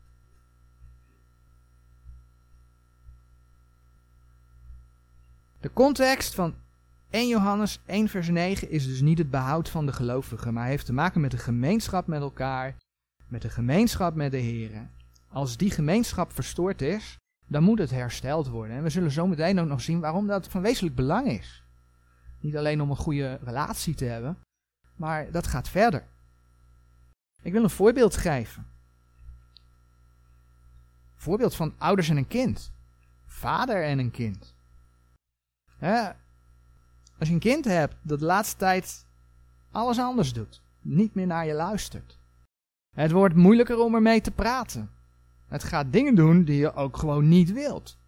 De context van eerste Johannes één vers negen is dus niet het behoud van de gelovigen, maar heeft te maken met de gemeenschap met elkaar, met de gemeenschap met de Heer. Als die gemeenschap verstoord is, dan moet het hersteld worden. En we zullen zo meteen ook nog zien waarom dat van wezenlijk belang is. Niet alleen om een goede relatie te hebben, maar dat gaat verder. Ik wil een voorbeeld geven. Een voorbeeld van ouders en een kind. Vader en een kind. He, als je een kind hebt dat de laatste tijd alles anders doet, niet meer naar je luistert. Het wordt moeilijker om ermee te praten. Het gaat dingen doen die je ook gewoon niet wilt.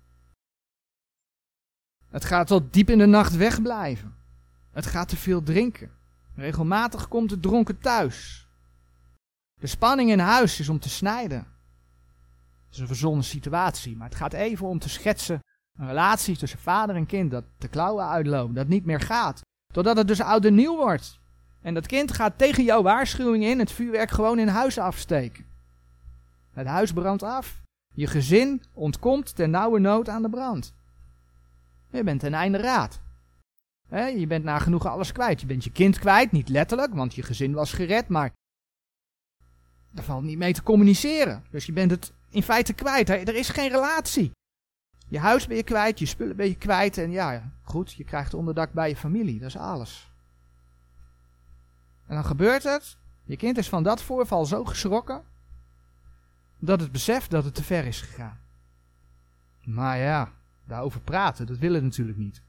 Het gaat tot diep in de nacht wegblijven. Het gaat te veel drinken. Regelmatig komt het dronken thuis. De spanning in huis is om te snijden. Het is een verzonnen situatie, maar het gaat even om te schetsen een relatie tussen vader en kind dat de klauwen uitloopt, dat niet meer gaat. Totdat het dus oud en nieuw wordt. En dat kind gaat tegen jouw waarschuwing in het vuurwerk gewoon in huis afsteken. Het huis brandt af. Je gezin ontkomt ter nauwe nood aan de brand. Je bent ten einde raad. He, je bent nagenoeg alles kwijt. Je bent je kind kwijt, niet letterlijk, want je gezin was gered, maar er valt niet mee te communiceren. Dus je bent het in feite kwijt. He, er is geen relatie. Je huis ben je kwijt, je spullen ben je kwijt en ja, goed, je krijgt onderdak bij je familie. Dat is alles. En dan gebeurt het. Je kind is van dat voorval zo geschrokken dat het beseft dat het te ver is gegaan. Maar ja, daarover praten, dat wil het natuurlijk niet.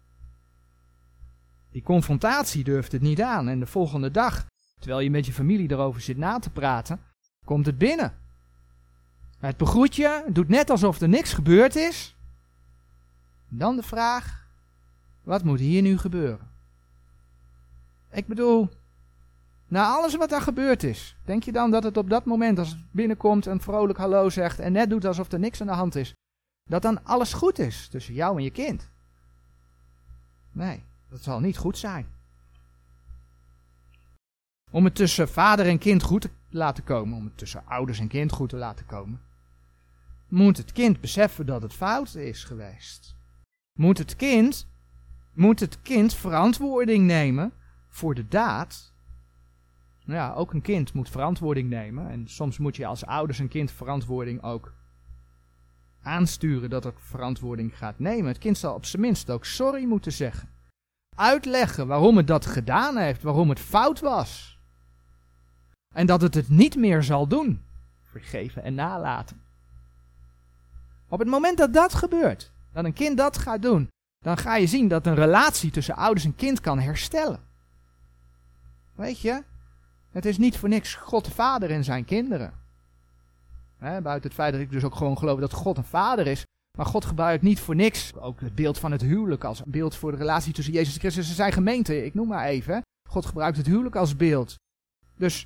Die confrontatie durft het niet aan en de volgende dag, terwijl je met je familie erover zit na te praten, komt het binnen. Het begroet je, doet net alsof er niks gebeurd is. Dan de vraag, wat moet hier nu gebeuren? Ik bedoel, na alles wat er gebeurd is, denk je dan dat het op dat moment, als het binnenkomt en vrolijk hallo zegt en net doet alsof er niks aan de hand is, dat dan alles goed is tussen jou en je kind? Nee, dat zal niet goed zijn. Om het tussen vader en kind goed te te laten komen, om het tussen ouders en kind goed te laten komen, moet het kind beseffen dat het fout is geweest. Moet het kind, moet het kind verantwoording nemen voor de daad. Nou ja, ook een kind moet verantwoording nemen. En soms moet je als ouders een kind verantwoording ook aansturen dat het verantwoording gaat nemen. Het kind zal op zijn minst ook sorry moeten zeggen. Uitleggen waarom het dat gedaan heeft, waarom het fout was. En dat het het niet meer zal doen. Vergeven en nalaten. Op het moment dat dat gebeurt, dat een kind dat gaat doen, dan ga je zien dat een relatie tussen ouders en kind kan herstellen. Weet je, het is niet voor niks God de Vader en zijn kinderen. He, buiten het feit dat ik dus ook gewoon geloof dat God een vader is. Maar God gebruikt niet voor niks ook het beeld van het huwelijk als beeld voor de relatie tussen Jezus Christus en zijn gemeente. Ik noem maar even. God gebruikt het huwelijk als beeld. Dus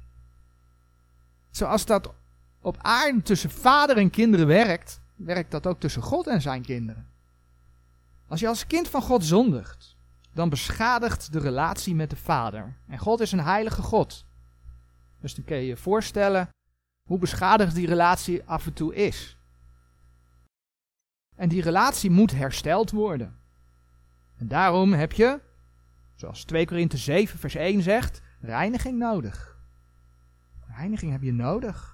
zoals dat op aarde tussen vader en kinderen werkt, werkt dat ook tussen God en zijn kinderen. Als je als kind van God zondigt, dan beschadigt de relatie met de vader. En God is een heilige God. Dus dan kun je je voorstellen hoe beschadigd die relatie af en toe is. En die relatie moet hersteld worden. En daarom heb je, zoals twee Korinthe zeven vers één zegt, reiniging nodig. Reiniging heb je nodig.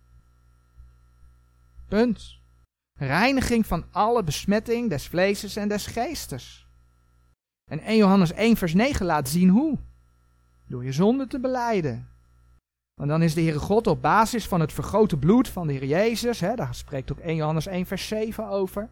Punt. Reiniging van alle besmetting des vleeses en des geestes. En eerste Johannes één vers negen laat zien hoe. Door je zonde te belijden. Want dan is de Heere God op basis van het vergoten bloed van de Heer Jezus, hè, daar spreekt ook eerste Johannes één vers zeven over,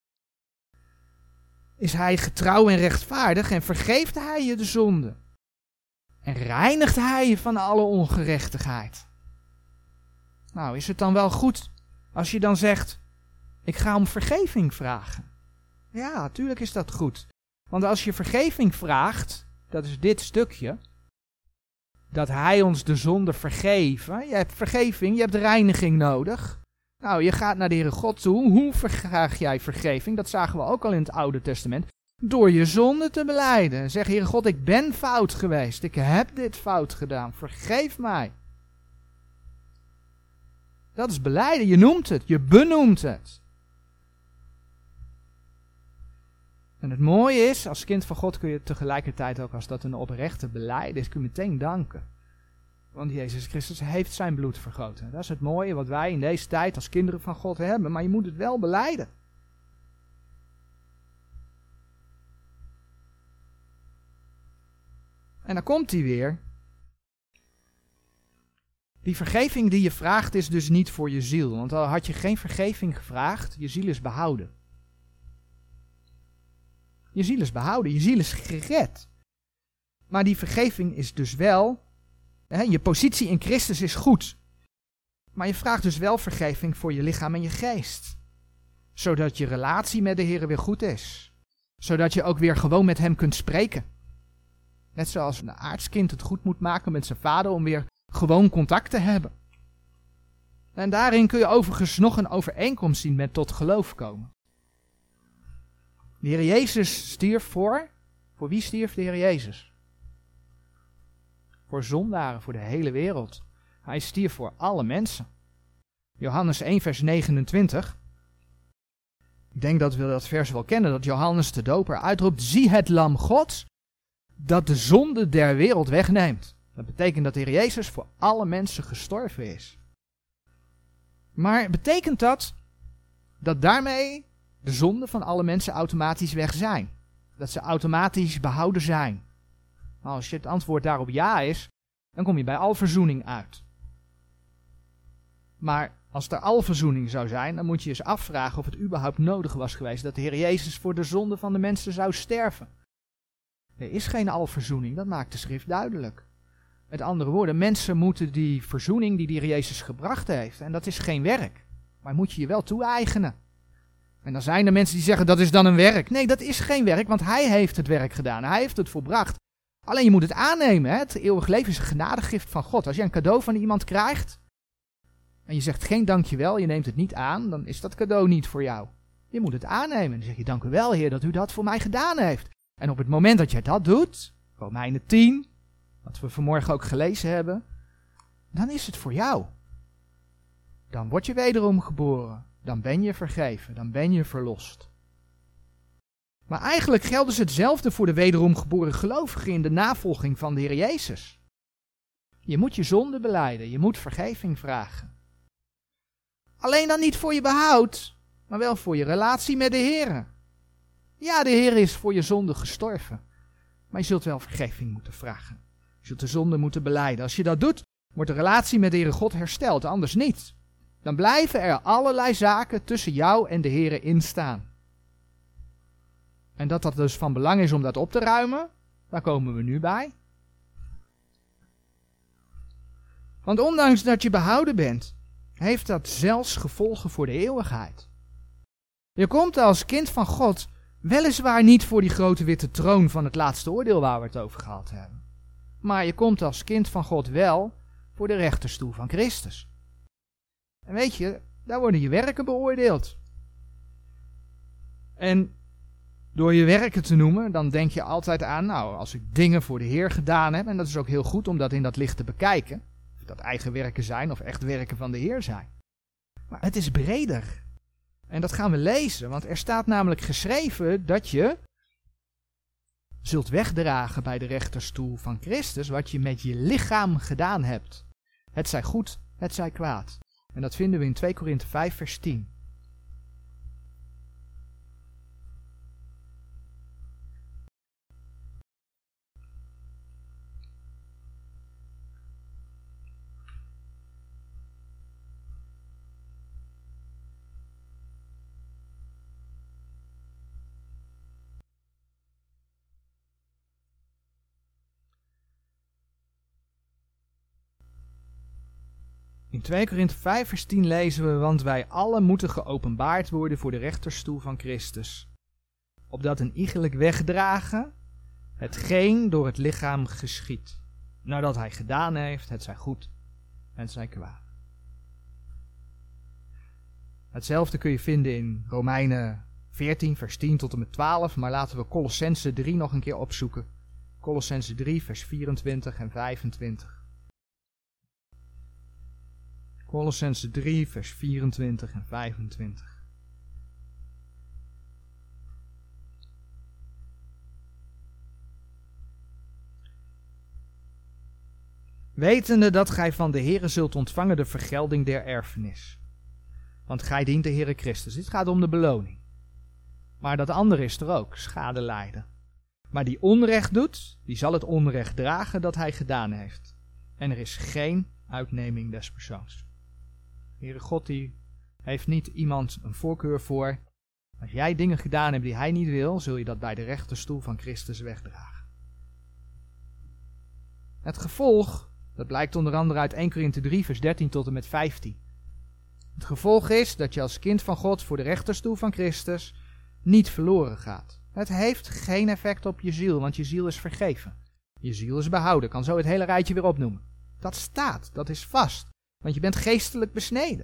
is hij getrouw en rechtvaardig en vergeeft hij je de zonde. En reinigt hij je van alle ongerechtigheid. Nou, is het dan wel goed als je dan zegt, ik ga om vergeving vragen? Ja, natuurlijk is dat goed. Want als je vergeving vraagt, dat is dit stukje, dat hij ons de zonde vergeven. Je hebt vergeving, je hebt reiniging nodig. Nou, je gaat naar de Heere God toe. Hoe vraag jij vergeving? Dat zagen we ook al in het Oude Testament. Door je zonde te belijden. Zeg, Heere God, ik ben fout geweest. Ik heb dit fout gedaan. Vergeef mij. Dat is belijden. Je noemt het. Je benoemt het. En het mooie is, als kind van God kun je tegelijkertijd ook, als dat een oprechte belijden is, kun je meteen danken. Want Jezus Christus heeft zijn bloed vergoten. Dat is het mooie wat wij in deze tijd als kinderen van God hebben, maar je moet het wel belijden. En dan komt hij weer. Die vergeving die je vraagt is dus niet voor je ziel, want al had je geen vergeving gevraagd, je ziel is behouden. Je ziel is behouden, je ziel is gered. Maar die vergeving is dus wel, hè, je positie in Christus is goed. Maar je vraagt dus wel vergeving voor je lichaam en je geest. Zodat je relatie met de Heer weer goed is. Zodat je ook weer gewoon met hem kunt spreken. Net zoals een aardskind het goed moet maken met zijn vader om weer gewoon contact te hebben. En daarin kun je overigens nog een overeenkomst zien met tot geloof komen. De Heer Jezus stierf voor, voor wie stierf de Heer Jezus? Voor zondaren, voor de hele wereld. Hij stierf voor alle mensen. Johannes één vers negenentwintig. Ik denk dat we dat vers wel kennen, dat Johannes de Doper uitroept, zie het lam Gods, dat de zonde der wereld wegneemt. Dat betekent dat de Heer Jezus voor alle mensen gestorven is. Maar betekent dat, dat daarmee de zonden van alle mensen automatisch weg zijn? Dat ze automatisch behouden zijn? Nou, als je het antwoord daarop ja is, dan kom je bij alverzoening uit. Maar als er alverzoening zou zijn, dan moet je eens afvragen of het überhaupt nodig was geweest dat de Heer Jezus voor de zonde van de mensen zou sterven. Er is geen alverzoening, dat maakt de schrift duidelijk. Met andere woorden, mensen moeten die verzoening die de Heer Jezus gebracht heeft, en dat is geen werk, maar moet je je wel toe-eigenen. En dan zijn er mensen die zeggen, dat is dan een werk. Nee, dat is geen werk, want hij heeft het werk gedaan, hij heeft het volbracht. Alleen je moet het aannemen, hè? Het eeuwig leven is een genadegift van God. Als je een cadeau van iemand krijgt, en je zegt geen dankjewel, je neemt het niet aan, dan is dat cadeau niet voor jou. Je moet het aannemen. Dan zeg je, dank u wel Heer dat u dat voor mij gedaan heeft. En op het moment dat je dat doet, Romeinen tien, wat we vanmorgen ook gelezen hebben, dan is het voor jou. Dan word je wederom geboren. Dan ben je vergeven. Dan ben je verlost. Maar eigenlijk geldt dus hetzelfde voor de wederom geboren gelovigen in de navolging van de Heer Jezus. Je moet je zonde belijden. Je moet vergeving vragen. Alleen dan niet voor je behoud, maar wel voor je relatie met de Heer. Ja, de Heer is voor je zonde gestorven. Maar je zult wel vergeving moeten vragen. Je zult de zonde moeten belijden. Als je dat doet, wordt de relatie met de Heere God hersteld, anders niet. Dan blijven er allerlei zaken tussen jou en de Heere instaan. En dat dat dus van belang is om dat op te ruimen, daar komen we nu bij. Want ondanks dat je behouden bent, heeft dat zelfs gevolgen voor de eeuwigheid. Je komt als kind van God weliswaar niet voor die grote witte troon van het laatste oordeel waar we het over gehad hebben. Maar je komt als kind van God wel voor de rechterstoel van Christus. En weet je, daar worden je werken beoordeeld. En door je werken te noemen, dan denk je altijd aan, nou, als ik dingen voor de Heer gedaan heb, en dat is ook heel goed om dat in dat licht te bekijken, of dat eigen werken zijn of echt werken van de Heer zijn. Maar het is breder. En dat gaan we lezen, want er staat namelijk geschreven dat je zult wegdragen bij de rechterstoel van Christus wat je met je lichaam gedaan hebt. Het zij goed, het zij kwaad. En dat vinden we in twee Korinthe vijf vers tien. In twee Korinthe vijf vers tien lezen we, want wij allen moeten geopenbaard worden voor de rechterstoel van Christus, opdat een iegelijk wegdragen hetgeen door het lichaam geschiedt, nadat hij gedaan heeft, het zij goed en het zij kwaad. Hetzelfde kun je vinden in Romeinen veertien vers tien tot en met twaalf, maar laten we Kolossenzen drie nog een keer opzoeken. Kolossenzen drie vers vierentwintig en vijfentwintig. Kolossenzen drie, vers vierentwintig en vijfentwintig. Wetende dat gij van de Heere zult ontvangen de vergelding der erfenis. Want gij dient de Heere Christus. Dit gaat om de beloning. Maar dat andere is er ook, schade lijden. Maar die onrecht doet, die zal het onrecht dragen dat hij gedaan heeft. En er is geen uitneming des persoons. Heere God, die heeft niet iemand een voorkeur voor. Als jij dingen gedaan hebt die hij niet wil, zul je dat bij de rechterstoel van Christus wegdragen. Het gevolg, dat blijkt onder andere uit eerste Korinthe drie, vers dertien tot en met vijftien. Het gevolg is dat je als kind van God voor de rechterstoel van Christus niet verloren gaat. Het heeft geen effect op je ziel, want je ziel is vergeven. Je ziel is behouden. Ik kan zo het hele rijtje weer opnoemen. Dat staat, dat is vast. Want je bent geestelijk besneden.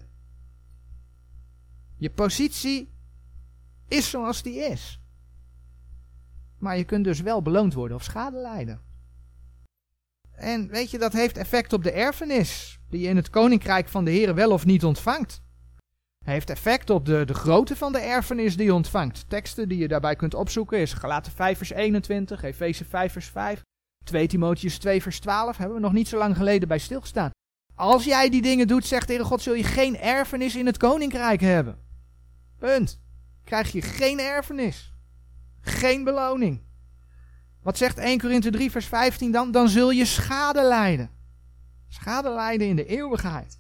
Je positie is zoals die is. Maar je kunt dus wel beloond worden of schade lijden. En weet je, dat heeft effect op de erfenis, die je in het koninkrijk van de Heer wel of niet ontvangt. Het heeft effect op de, de grootte van de erfenis die je ontvangt. Teksten die je daarbij kunt opzoeken is Galaten vijf vers eenentwintig, Efeze vijf vers vijf, twee Timotheüs twee vers twaalf, hebben we nog niet zo lang geleden bij stilgestaan. Als jij die dingen doet, zegt de Heere God, zul je geen erfenis in het koninkrijk hebben. Punt. Krijg je geen erfenis. Geen beloning. Wat zegt eerste Korinthe drie vers vijftien dan? Dan zul je schade lijden. Schade lijden in de eeuwigheid.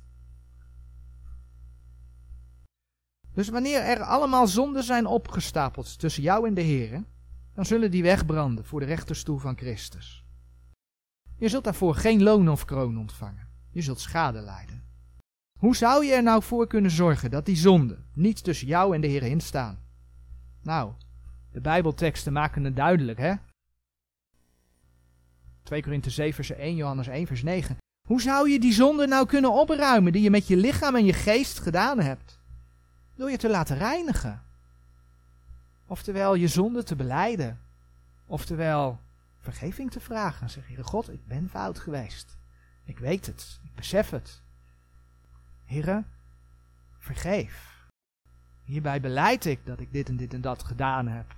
Dus wanneer er allemaal zonden zijn opgestapeld tussen jou en de Heere, dan zullen die wegbranden voor de rechterstoel van Christus. Je zult daarvoor geen loon of kroon ontvangen. Je zult schade lijden. Hoe zou je er nou voor kunnen zorgen dat die zonden niet tussen jou en de Heer in staan? Nou, de Bijbelteksten maken het duidelijk, hè? twee Korinthe zeven vers één, Johannes één vers negen. Hoe zou je die zonden nou kunnen opruimen die je met je lichaam en je geest gedaan hebt? Door je te laten reinigen. Oftewel je zonde te belijden. Oftewel vergeving te vragen. Zeg, Heere God, ik ben fout geweest. Ik weet het. Ik besef het. Heere, vergeef. Hierbij belijd ik dat ik dit en dit en dat gedaan heb.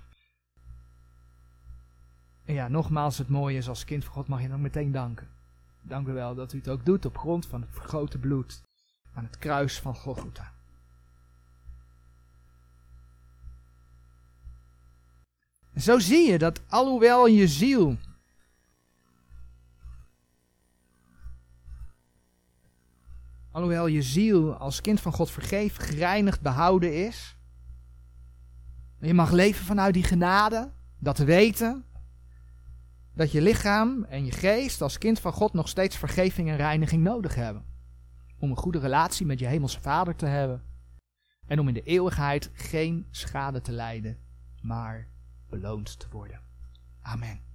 En ja, nogmaals, het mooie is, als kind van God mag je dan meteen danken. Dank u wel dat u het ook doet op grond van het vergoten bloed aan het kruis van Golgotha. En zo zie je dat alhoewel je ziel alhoewel je ziel als kind van God vergeven, gereinigd, behouden is, je mag leven vanuit die genade, dat weten, dat je lichaam en je geest als kind van God nog steeds vergeving en reiniging nodig hebben. Om een goede relatie met je hemelse Vader te hebben. En om in de eeuwigheid geen schade te lijden, maar beloond te worden. Amen.